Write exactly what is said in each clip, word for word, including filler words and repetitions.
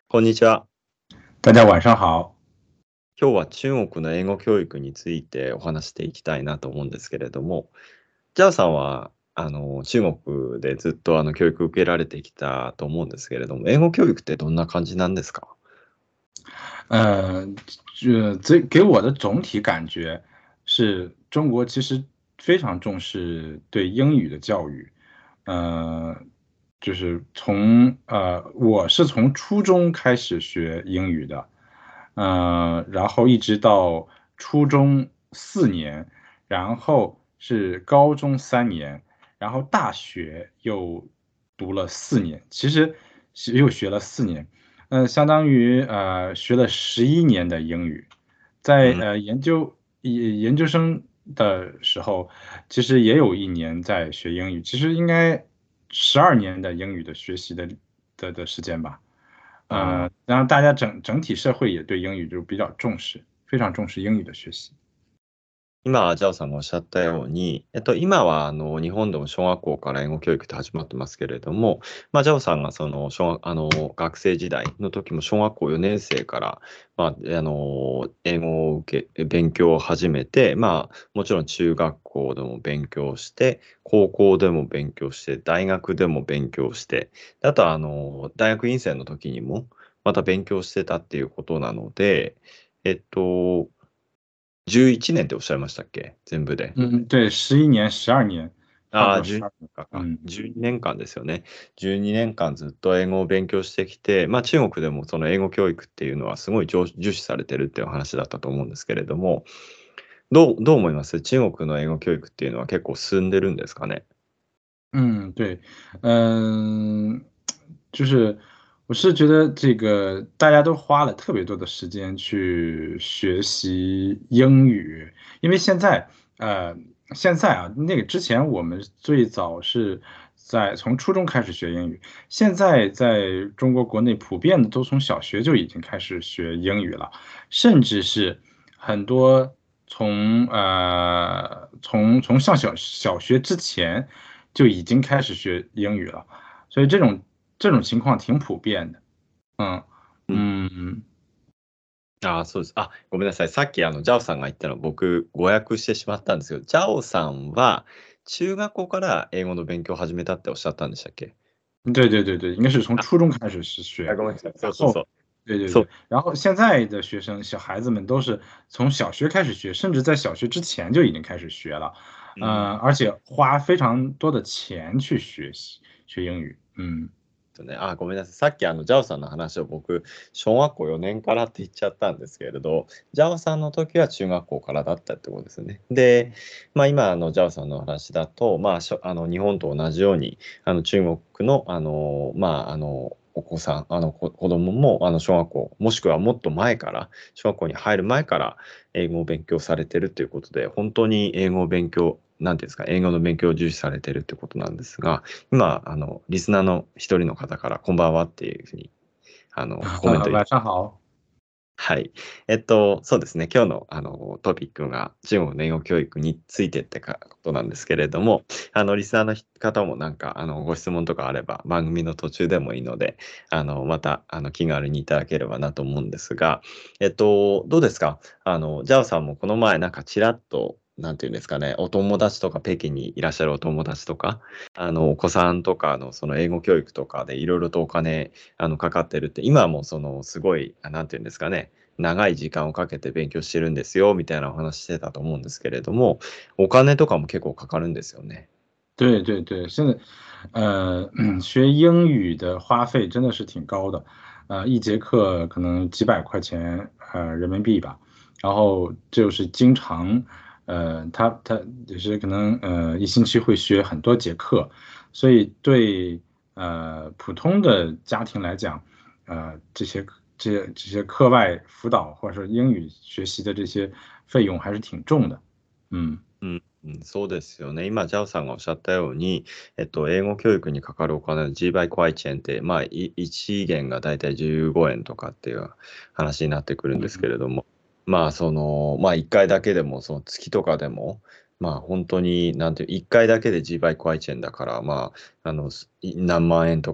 こんにちは。 大家晚上好。 今日は中国の英語教育についてお話していきたいなと思うんですけれども、ジャオさんはあの中国でずっとあの教育を受けられてきたと思うんですけれども、英語教育ってどんな感じなんですか？ 呃，这这给我的总体感觉是中国其实非常重视对英语的教育。呃，就是从呃，我是从初中开始学英语的，呃，然后一直到初中四年，然后是高中三年，然后大学又读了四年，其实是又学了四年。呃，相当于，呃，学了十一年的英语。在， 嗯， 呃，研究研研究生的时候，其实也有一年在学英语，其实应该十二年的英语的学习的的的时间吧。 あ呃，然后大家整整体社会也对英语就比较重视，非常重視英語的學習。 今、ジャオさんがおっしゃったように、えっと、今はあの日本でも小学校から英語教育って始まってますけれども、まあ、ジャオさんがその小学あの学生時代の時も小学校よねん生から、まあ、あの英語を受け勉強を始めて、まあ、もちろん中学校でも勉強して、高校でも勉強して、大学でも勉強して、あとはあの大学院生の時にもまた勉強してたっていうことなので、えっと、じゅういちねんっておっしゃいましたっけ全部で。 嗯，对十一年、十二年、差不ああ、 多 12 12 年間か。 うん。 じゅうにねんかんですよね。じゅうにねんかんずっと英語を勉強してきて、まあ中国でもその英語教育っていうのはすごい重重視されてるっていう話だったと思うんですけれども、どう、どう思います中国の英語教育っていうのは結構進んでるんですかね？ 嗯，对，嗯，就是我是觉得这个大家都花了特别多的时间去学习英语，因为现在，呃，现在啊，那个之前我们最早是在从初中开始学英语，现在在中国国内普遍的都从小学就已经开始学英语了，甚至是很多从呃从从上小小学之前。就已经开始学英语了，所以这种这种情况挺普遍的。嗯うん。 嗯ああ、そうです。あ、ごめんなさい。さっきあの、ジャオさんが言ったの僕、誤訳してしまったんですけど、ジャオさんは中学校から英語の勉強を始めたっておっしゃったんでしたっけ？ 对对对对，应该是从あ、 初中开始是あ学， ごめんなさい。そ然后うそうそう。 对对对， そう。 然后现在的学生小孩子们都是从小学开始学，甚至在小学之前就已经开始学了， うん。 呃，而且花非常多的钱去学习学英语。嗯。 とね、あ、ごめんなさい。さっきあの、ジャオさんの話を僕、小学校よねんからって言っちゃったんですけれど、ジャオさんの時は中学校からだったってことですね。で、まあ今、あの、ジャオさんの話だと、まあ、しょあの、日本と同じように、あの、中国の、あの、まあ、あの、お子さん、あの、こ子供も、あの、小学校、もしくはもっと前から、小学校に入る前から、英語を勉強されてるということで、本当に英語を勉強、なんていうんですか、英語の勉強を重視されてるってことなんですが、今、あの、リスナーの一人の方から、こんばんはっていうふうに、あの、コメントいた。 晚上好。 はい。えっと、そうですね。今日の、あの、トピックが中国の英語教育についてってかことなんですけれども、あの、リスナーの方もなんか、あの、ご質問とかあれば、番組の途中でもいいので、あの、また、あの、気軽にいただければなと思うんですが、えっと、どうですかあの、ジャオさんもこの前、なんかちらっと、なんていうんですかね、お友達とか、北京にいらっしゃるお友達とか、あの、お子さんとかの、その英語教育とかでいろいろとお金、あの、かかってるって、今はもうその、すごい、あなんていうんですかね、長い時間をかけて勉強してるんですよ、みたいなお話してたと思うんですけれども、お金とかも結構かかるんですよね。 对对对，现在，呃，学英语的花费真的是挺高的，呃，一节课可能几百块钱，呃，人民币吧，然后就是经常，呃，他他也是可能，呃，一星期会学很多节课，所以对，呃，普通的家庭来讲，呃，这些这些这些课外辅导或者说英语学习的这些费用还是挺重的。嗯。 うん、うん、そうですよね。今、ジャオさんがおっしゃったように、えっと、英語教育にかかるお金の G 倍クワイチェンって、まあ、いいち元がだいたいじゅうごえんとかっていう話になってくるんですけれども、まあ、その、まあ、いっかいだけでも、その月とかでも、まあ、本当に、なんていう、いっかいだけで G 倍クワイチェンだから、まあ、あの、い何万円とか、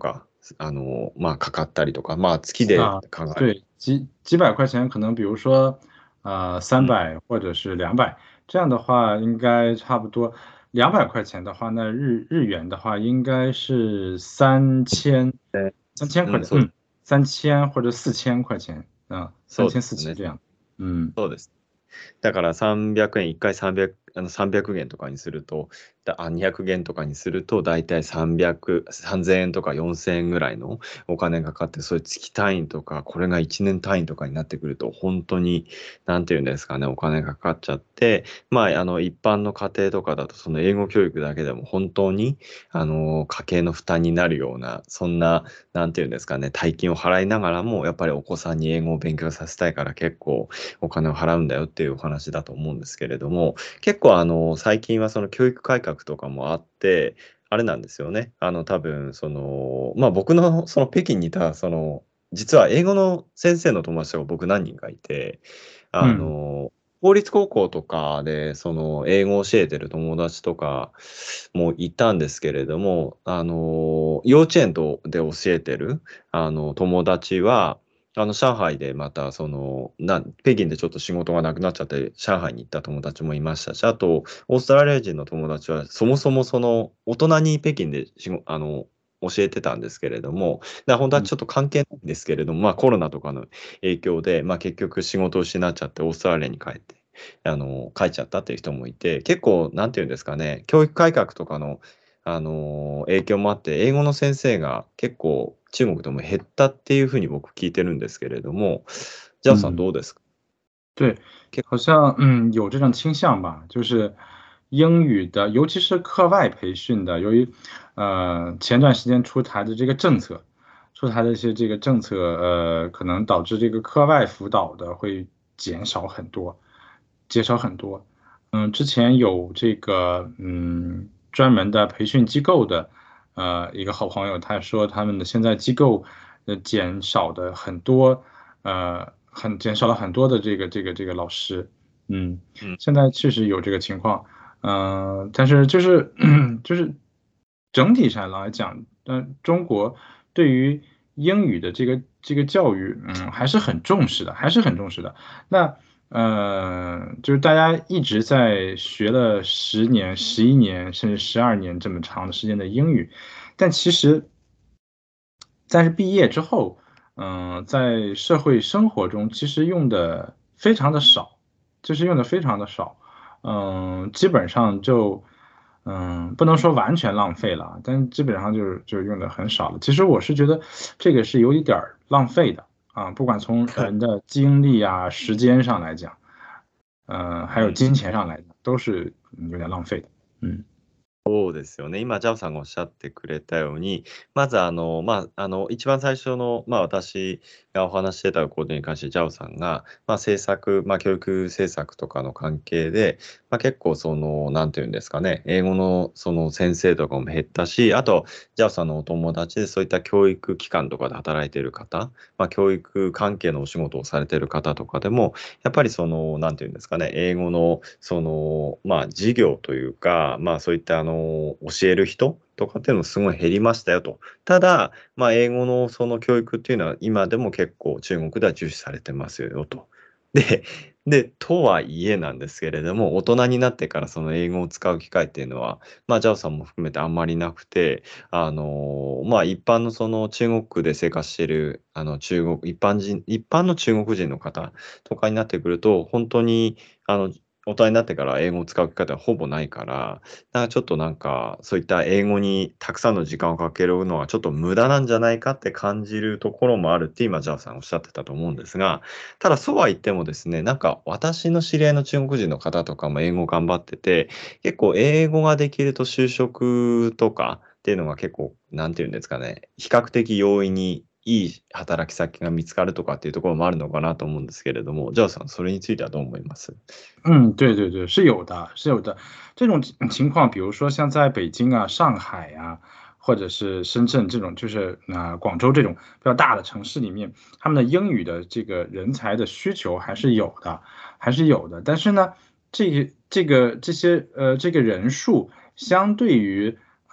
あの、まあ、かかったりとか、まあ、月で啊， 考え对，几几百块钱，可能比如说，呃，三うん、 百或者是两百，这样的话应该差不多。两百块钱的话，那日日元的话应该是三千三千うん、 块钱， そう、 嗯，三千或者四千块钱，嗯，三千そうですね。 四千这样，嗯そうです。だからさんびゃくえん、いっかいさんびゃく、あのさんびゃくげんとかにすると、だあにひゃくげんとかにすると、だいたいさんびゃく、さんぜんえんとかよんせんえんぐらいのお金がかかって、そういう月単位とか、これがいちねん単位とかになってくると、本当に、なんていうんですかね、お金がかかっちゃって、まあ、あの、一般の家庭とかだと、その英語教育だけでも本当に、あの、家計の負担になるような、そんな、なんていうんですかね、大金を払いながらも、やっぱりお子さんに英語を勉強させたいから結構、お金を払うんだよっていうお話だと思うんですけれども、結構あの最近はその教育改革とかもあって、あれなんですよね。あの多分その、まあ僕のその北京にいたその、実は英語の先生の友達が僕何人かいて、あ嗯の、公立高校とかでその英語を教えてる友達とかもいたんですけれども、あの、幼稚園とで教えてるあの友達は、あの、上海でまた、その、な、北京でちょっと仕事がなくなっちゃって、上海に行った友達もいましたし、あと、オーストラリア人の友達は、そもそもその、大人に北京で仕事、あの、教えてたんですけれども、だから本当は嗯ちょっと関係ないんですけれども、まあコロナとかの影響で、まあ結局仕事を失っちゃって、オーストラリアに帰って、あの、帰っちゃったっていう人もいて、結構、なんていうんですかね、教育改革とかの、あのー影響もあって、英語の先生が結構中国でも減ったっていうふうに僕聞いてるんですけれども、ジャオさん嗯。 どうですか？ 对， 結好像嗯有这种倾向吧，就是英语的，尤其是课外培训的，由于呃前段时间出台的这个政策，出台的一些这个政策，呃，可能导致这个课外辅导的会减少很多，减少很多。嗯，之前有这个嗯专门的培训机构的，呃一个好朋友，他说他们的现在机构呃减少的很多。呃，很减少了很多的这个这个这个老师，嗯， うん、 现在确实有这个情况，嗯、但是就是就是整体上来讲，嗯、中国对于英语的这个这个教育，嗯，还是很重视的，还是很重视的。那呃，就是大家一直在学了十年、十一年，甚至十二年这么长的时间的英语，但其实，但是毕业之后，嗯，在社会生活中其实用的非常的少，就是用的非常的少，嗯，基本上就，嗯，不能说完全浪费了，但基本上就是就用的很少了。其实我是觉得这个是有一点儿浪费的啊，不管从人的精力啊、时间上来讲，呃，还有うん。 金钱上来讲，都是嗯有点浪费的。嗯そうですよね。今、ジャオさんがおっしゃってくれたように、まず、あの、まあ、あの、一番最初の、まあ、私がお話ししてたことに関して、ジャオさんが、まあ、政策、まあ、教育政策とかの関係で、まあ、結構、その、なんていうんですかね、英語の、その、先生とかも減ったし、あと、ジャオさんのお友達で、そういった教育機関とかで働いている方、まあ、教育関係のお仕事をされている方とかでも、やっぱりその、なんていうんですかね、英語の、その、まあ、授業というか、まあ、そういったあの、教える人とかっていうのもすごい減りましたよと。ただ、まあ、英語のその教育っていうのは今でも結構中国では重視されてますよと。で、で、とはいえなんですけれども、大人になってからその英語を使う機会っていうのは、まあ、ジャオさんも含めてあんまりなくて、あのまあ、一般のその中国で生活している、あの、中国、一般人、一般の中国人の方とかになってくると、本当に、あの、大人になってから英語を使う機会はほぼないから、なんかちょっとなんか、そういった英語にたくさんの時間をかけるのはちょっと無駄なんじゃないかって感じるところもあるって今、ジャーさんおっしゃってたと思うんですが、ただそうは言ってもですね、なんか私の知り合いの中国人の方とかも英語頑張ってて、結構英語ができると就職とかっていうのが結構、なんていうんですかね、比較的容易にいい働き先が見つかるとかっていうところもあるのかなと思うんですけれども、ジャーさん、それについてはどう思います？ 嗯，对对对，是有的，是有的。这种情情况，比如说像在北京啊、上海啊，或者是深圳这种，就是呃广州这种比较大的城市里面，他们的英语的这个人才的需求还是有的，还是有的。但是呢，这个这个这些呃这个人数相对于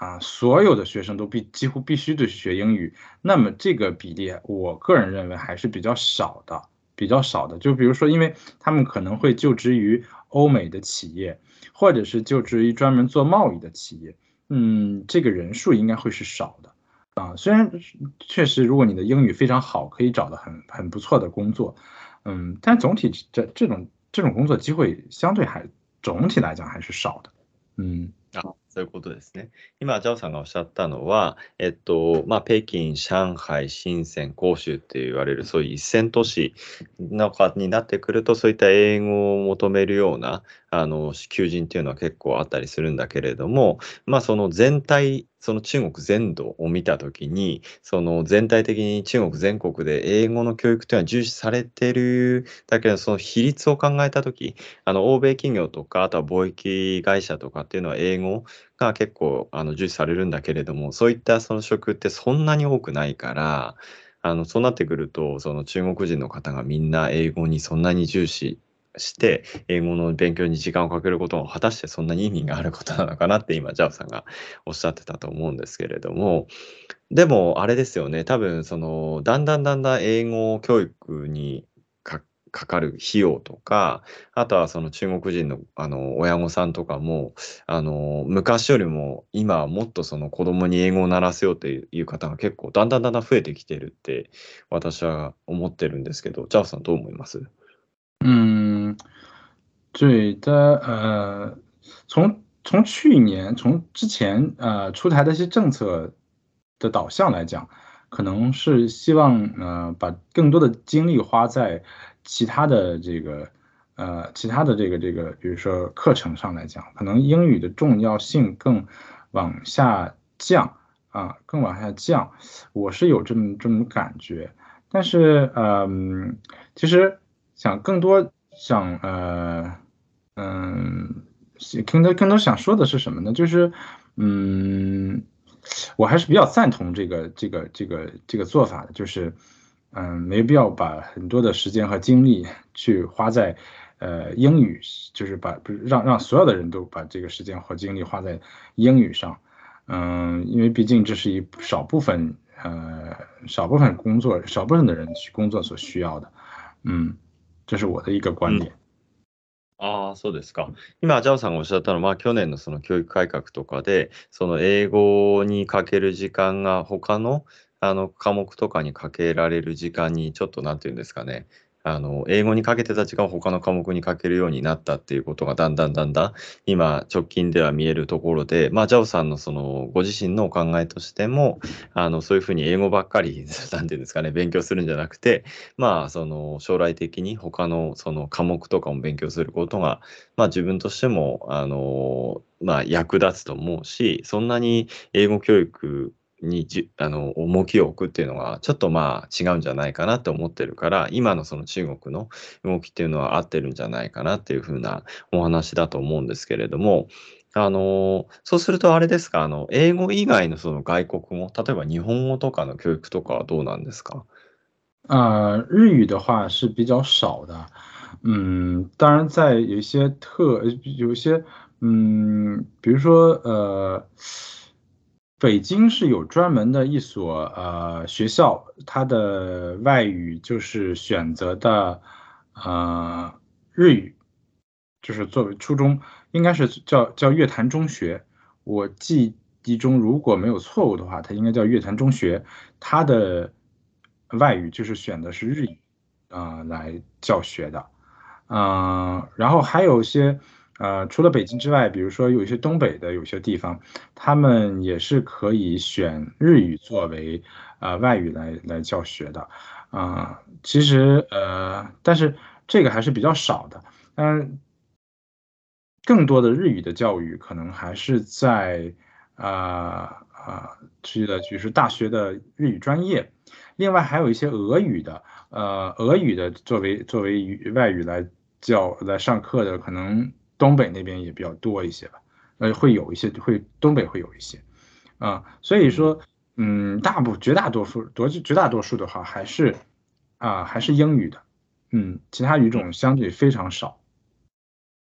啊，所有的学生都必几乎必须得学英语，那么这个比例，我个人认为还是比较少的，比较少的。就比如说，因为他们可能会就职于欧美的企业，或者是就职于专门做贸易的企业，嗯，这个人数应该会是少的啊。虽然确实，如果你的英语非常好，可以找到很很不错的工作，嗯，但总体这这种这种工作机会相对还总体来讲还是少的，嗯。 あ、そういうことですね。今、ジャオさんがおっしゃったのは、えっと、まあ、北京、上海、深セン、広州って言われる、そういう一線都市のかになってくると、そういった英語を求めるような、あの、求人っていうのは結構あったりするんだけれども、まあ、その全体、その中国全土を見たときに、その全体的に中国全国で英語の教育というのは重視されてる、だけど、その比率を考えたとき、あの、欧米企業とか、あとは貿易会社とかっていうのは英語が結構あの重視されるんだけれども、そういったその職ってそんなに多くないから、あの、そうなってくると、その中国人の方がみんな英語にそんなに重視して、英語の勉強に時間をかけることも果たしてそんなに意味があることなのかなって今、ジャオさんがおっしゃってたと思うんですけれども、でもあれですよね、多分その、だんだんだんだん英語教育にかかかる費用とか、あとはその中国人のあの親御さんとかも、あの昔よりも今はもっとその子供に英語を習わせようという方が結構だんだんだんだん増えてきてるって私は思ってるんですけど、ジャオさんどう思います？ 嗯，对的，呃，从从去年从之前呃出台的一些政策的导向来讲，可能是希望呃把更多的精力花在其他的这个呃其他的这个这个，比如说课程上来讲，可能英语的重要性更往下降啊，更往下降，我是有这么这么感觉。但是，嗯，其实想更多想呃，嗯，是更多更多想说的是什么呢？就是，嗯，我还是比较赞同这个这个这个这个做法的，就是，嗯，没必要把很多的时间和精力去花在，呃，英语，就是把不是让让所有的人都把这个时间和精力花在英语上。嗯，因为毕竟这是一少部分呃少部分工作少部分的人去工作所需要的，嗯，这是我的一个观点。 ああ、そうですか。今、ジャオさんがおっしゃったのは、去年のその教育改革とかで、その英語にかける時間が他の、あの科目とかにかけられる時間にちょっとなんていうんですかね、あの英語にかけてた時間を他の科目にかけるようになったっていうことがだんだんだんだん今直近では見えるところで、まあ、ジャオさんのそのご自身のお考えとしても、あのそういうふうに英語ばっかり、なんていうんですかね、勉強するんじゃなくて、まあ、その将来的に他のその科目とかも勉強することが、まあ、自分としても、あの、まあ、役立つと思うし、そんなに英語教育にじあの重きを置くっていうのがちょっとまあ違うんじゃないかなと思ってるから、今のその中国の動きっていうのは合ってるんじゃないかなっていうふうなお話だと思うんですけれども、あの、そうするとあれですか、あの、英語以外のその外国語、例えば日本語とかの教育とかはどうなんですか？ 呃，日语的话是比较少的，嗯，当然在有一些特，呃有一些，嗯，比如说，呃，北京是有专门的一所呃学校，它的外语就是选择的呃日语，就是作为初中，应该是叫叫乐坛中学，我记忆中如果没有错误的话，它应该叫乐坛中学。它的外语就是选的是日语，啊、来教学的。嗯、然后还有一些，呃，除了北京之外，比如说有一些东北的有些地方，他们也是可以选日语作为呃外语来来教学的。啊、其实呃，但是这个还是比较少的。嗯，更多的日语的教育可能还是在啊啊，去的就是大学的日语专业，另外还有一些俄语的，呃，俄语的作为作为语外语来教来上课的，可能东北那边也比较多一些吧，呃，会有一些会东北会有一些啊，所以うん。 说，嗯，大部绝大多数多绝大多数的话还是啊还是英语的，嗯，其他语种相对非常少。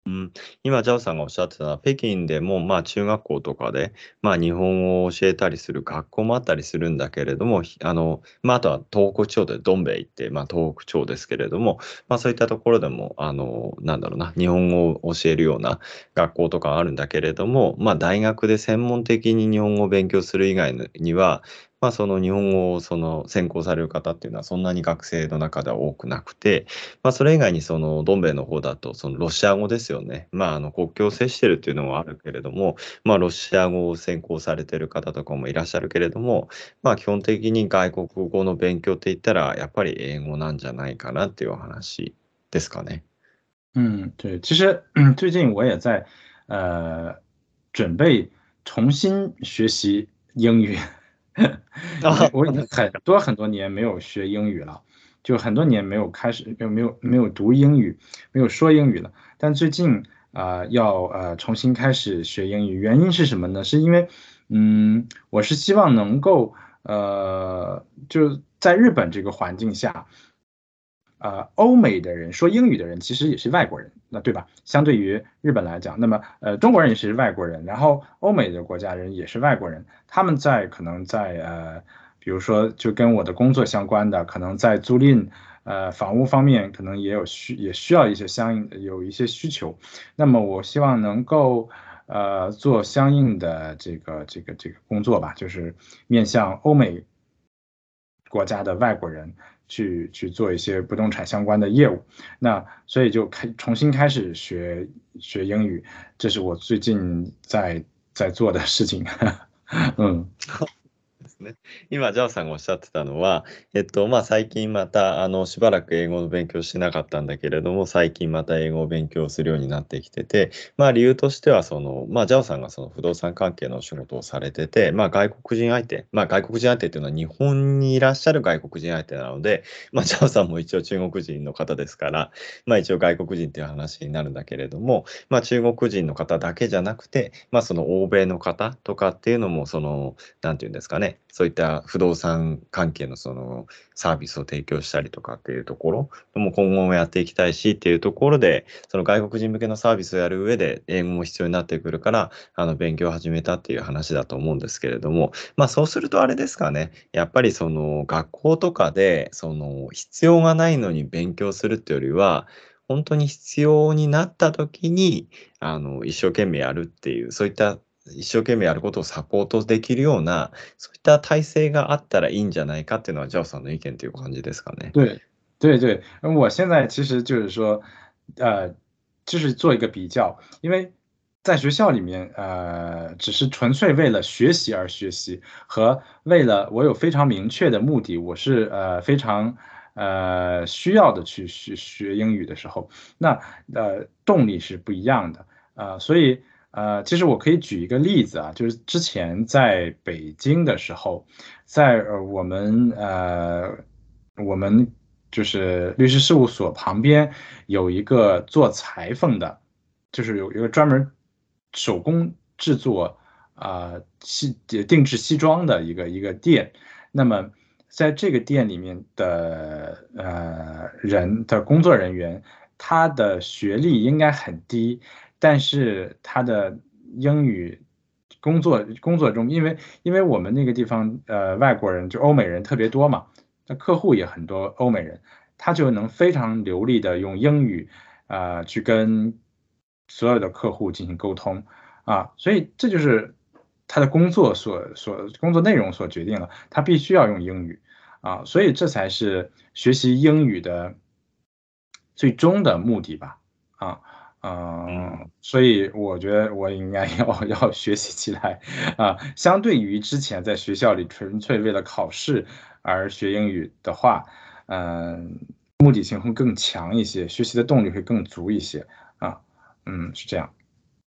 うん、今、ジャオさんがおっしゃってた北京でも、まあ、中学校とかで、まあ、日本語を教えたりする学校もあったりするんだけれども、ひあの、まあ、あとは東北地方でドンベイって、まあ、東北地方ですけれども、まあ、そういったところでも、あの、なんだろうな、日本語を教えるような学校とかあるんだけれども、まあ、大学で専門的に日本語を勉強する以外には、まあ、その日本語をその専攻される方っていうのはそんなに学生の中では多くなくて、まあ、それ以外にそのドンベイの方だとそのロシア語ですよね。まあ、あの国境を接してるっていうのもあるけれども、まあ、ロシア語を専攻されてる方とかもいらっしゃるけれども、まあ、基本的に外国語の勉強って言ったらやっぱり英語なんじゃないかなっていうお話ですかね。 嗯，对，其实嗯最近我也在呃准备重新学习英语，因为あ、 我已经そうなんですか。 很多很多年没有学英语了，就很多年没有开始，没有没有没有读英语，没有说英语了。但最近啊、呃要呃重新开始学英语，原因是什么呢？是因为嗯，我是希望能够呃就在日本这个环境下。呃，欧美的人说英语的人其实也是外国人，那对吧？相对于日本来讲，那么呃中国人也是外国人，然后欧美的国家人也是外国人，他们在可能在呃，比如说就跟我的工作相关的，可能在租赁呃房屋方面，可能也有需也需要一些相应的有一些需求，那么我希望能够呃做相应的这个这个这个工作吧，就是面向欧美国家的外国人去去做一些不动产相关的业务，那所以就开重新开始学学英语，这是我最近在在做的事情。嗯。 ですね。今、ジャオさんがおっしゃってたのは、えっと、まあ、最近また、あの、しばらく英語の勉強してなかったんだけれども、最近また英語を勉強するようになってきてて、まあ、理由としては、その、まあ、ジャオさんがその不動産関係のお仕事をされてて、まあ、外国人相手、まあ、外国人相手っていうのは日本にいらっしゃる外国人相手なので、まあ、ジャオさんも一応中国人の方ですから、まあ、一応外国人っていう話になるんだけれども、まあ、中国人の方だけじゃなくて、まあ、その欧米の方とかっていうのも、その、なんていうんですかね、そういった不動産関係のそのサービスを提供したりとかっていうところも今後もやっていきたいしっていうところで、その外国人向けのサービスをやる上で英語も必要になってくるから、あの勉強を始めたっていう話だと思うんですけれども、まあそうするとあれですかね、やっぱりその学校とかでその必要がないのに勉強するっていうよりは、本当に必要になった時にあの一生懸命やるっていう、そういった一生懸命やることをサポートできるような、そういった体制があったらいいんじゃないかっていうのは、ジャオさんの意見という感じですかね。 对对对，我现在其实就是说，呃，就是做一个比较，因为在学校里面，呃，只是纯粹为了学习而学习，和为了我有非常明确的目的，我是呃非常呃需要的去学学英语的时候，那呃动力是不一样的，呃，所以呃，其实我可以举一个例子啊，就是之前在北京的时候。在呃我们呃我们就是律师事务所旁边有一个做裁缝的，就是有一个专门手工制作啊、呃西定制西装的一个一个店。那么在这个店里面的呃人的工作人员，他的学历应该很低，但是他的英语工作工作中，因为因为我们那个地方呃外国人就欧美人特别多嘛，那客户也很多欧美人，他就能非常流利的用英语啊、呃去跟所有的客户进行沟通啊，所以这就是他的工作所所工作内容所决定了，他必须要用英语啊，所以这才是学习英语的最终的目的吧啊。嗯， 嗯所以我觉得我应该要要学习起来啊。相对于之前在学校里纯粹为了考试而学英语的话，嗯，目的性会更强一些，学习的动力会更足一些啊。嗯，是这样。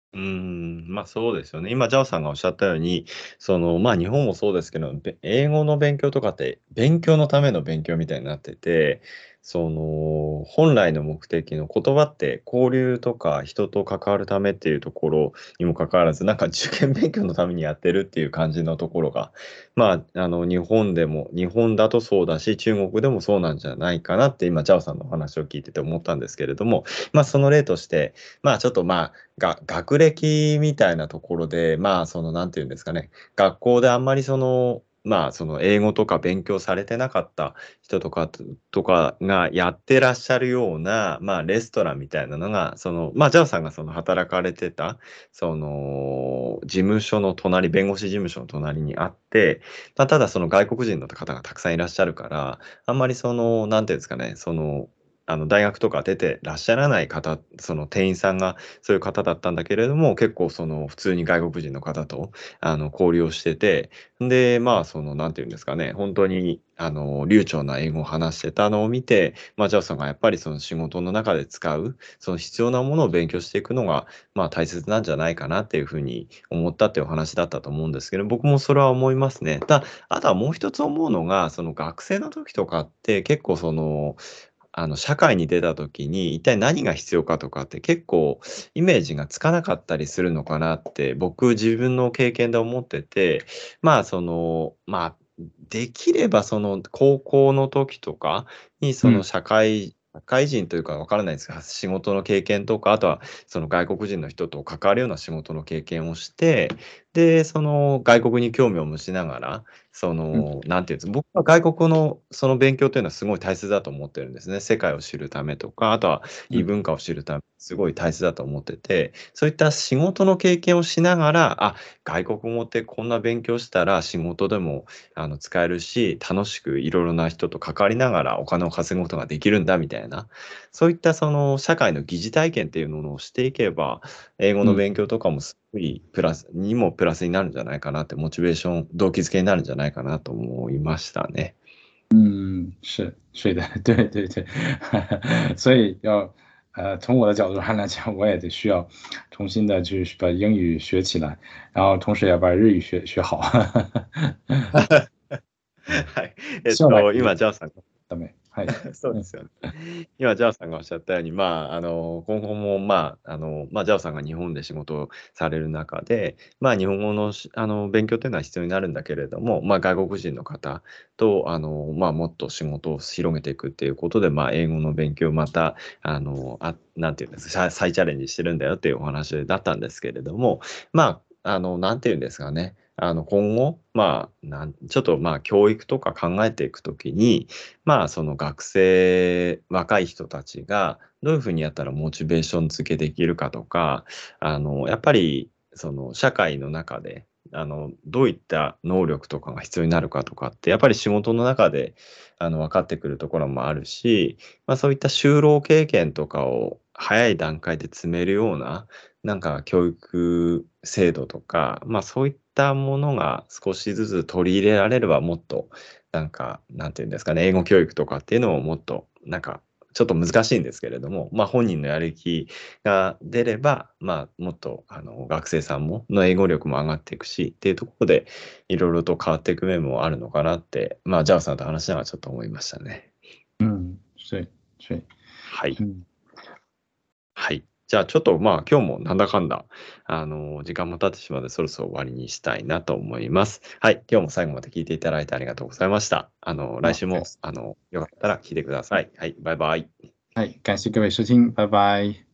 うーん、まあそうですよね。今、ジャオさんがおっしゃったように、その、まあ日本もそうですけど、べ英語の勉強とかって、勉強のための勉強みたいになってて、その、本来の目的の言葉って交流とか人と関わるためっていうところにもかかわらず、なんか受験勉強のためにやってるっていう感じのところが、まあ、あの、日本でも、日本だとそうだし、中国でもそうなんじゃないかなって今、ジャオさんのお話を聞いてて思ったんですけれども、まあその例として、まあちょっとまあ、が学歴みたいなところで、まあ、その、なんていうんですかね、学校であんまりその、まあ、その英語とか勉強されてなかった人とかととかがやってらっしゃるような、まあ、レストランみたいなのが、その、まあ、ジャオさんがその働かれてた、その、事務所の隣、弁護士事務所の隣にあって、まあ、ただその外国人の方がたくさんいらっしゃるから、あんまりその、なんていうんですかね、その、あの大学とか出てらっしゃらない方、その店員さんがそういう方だったんだけれども、結構その普通に外国人の方とあの交流をしてて、で、まあその、なんていうんですかね、本当にあの流暢な英語を話してたのを見て、まあ、ジャオさんがやっぱりその仕事の中で使う、その必要なものを勉強していくのが、まあ大切なんじゃないかなっていうふうに思ったっていうお話だったと思うんですけど、僕もそれは思いますね。ただ、あとはもう一つ思うのが、その学生の時とかって結構その、あの、社会に出た時に、一体何が必要かとかって結構イメージがつかなかったりするのかなって、僕自分の経験で思ってて、まあ、その、まあ、できればその高校の時とかにその嗯社会社会人というかわからないですが、仕事の経験とか、あとはその外国人の人と関わるような仕事の経験をして、で、その外国に興味を持ちながら、そ嗯の、なんていうんですか、僕は外国のその勉強というのはすごい大切だと思ってるんですね。世界を知るためとか、あとは異嗯文化を知るため、すごい大切だと思ってて、そういった仕事の経験をしながら、あ、外国語ってこんな勉強したら仕事でもあの使えるし、楽しくいろいろな人と関わりながらお金を稼ぐことができるんだみたいな、そういったその社会の疑似体験っていうものをしていけば、英語の嗯勉強とかもすごいプラスにもプラスになるんじゃないかなって、モチベーション、動機づけになるんじゃないかなと思いましたね。 嗯，是是的，对对对，所以要呃，从我的角度上来讲，我也得需要重新的去把英语学起来，然后同时也要把日语学学好。うん、 はい。えっと、 将来的今、ジャオさんため、はい。うん、 そうですよね。今、ジャオさんがおっしゃったように、まあ、あの、今後も、まあ、あの、まあ、ジャオさんが日本で仕事をされる中で、まあ、日本語のし、あの、勉強というのは必要になるんだけれども、まあ、外国人の方と、あの、まあ、もっと仕事を広げていくっていうことで、まあ、英語の勉強をまた、あの、あ、なんていうんですか、再再チャレンジしてるんだよっていうお話だったんですけれども、まあ、あの、なんていうんですかね。あの、今後、まあ、なんちょっとまあ、教育とか考えていくときに、まあ、その学生、若い人たちがどういうふうにやったらモチベーション付けできるかとか、あの、やっぱり、その社会の中で、あの、どういった能力とかが必要になるかとかって、やっぱり仕事の中で、あの、分かってくるところもあるし、まあ、そういった就労経験とかを早い段階で積めるような、なんか教育制度とか、まあそういったものが少しずつ取り入れられればもっと、なんか、なんていうんですかね、英語教育とかっていうのももっと、なんか、ちょっと難しいんですけれども、まあ本人のやる気が出れば、まあもっとあの学生さんも、の英語力も上がっていくしっていうところで、いろいろと変わっていく面もあるのかなって、まあジャオさんと話しながらちょっと思いましたね。 嗯，是是， はい。 嗯， はい。じゃあちょっとまあ今日もなんだかんだ、あの、時間も経ってしまうのでそろそろ終わりにしたいなと思います。はい。今日も最後まで聞いていただいてありがとうございました。あの、来好， 週も、 感谢， あの、よかったら聞いてください。はい。バイバイ。 はい、感谢各位收听，拜拜。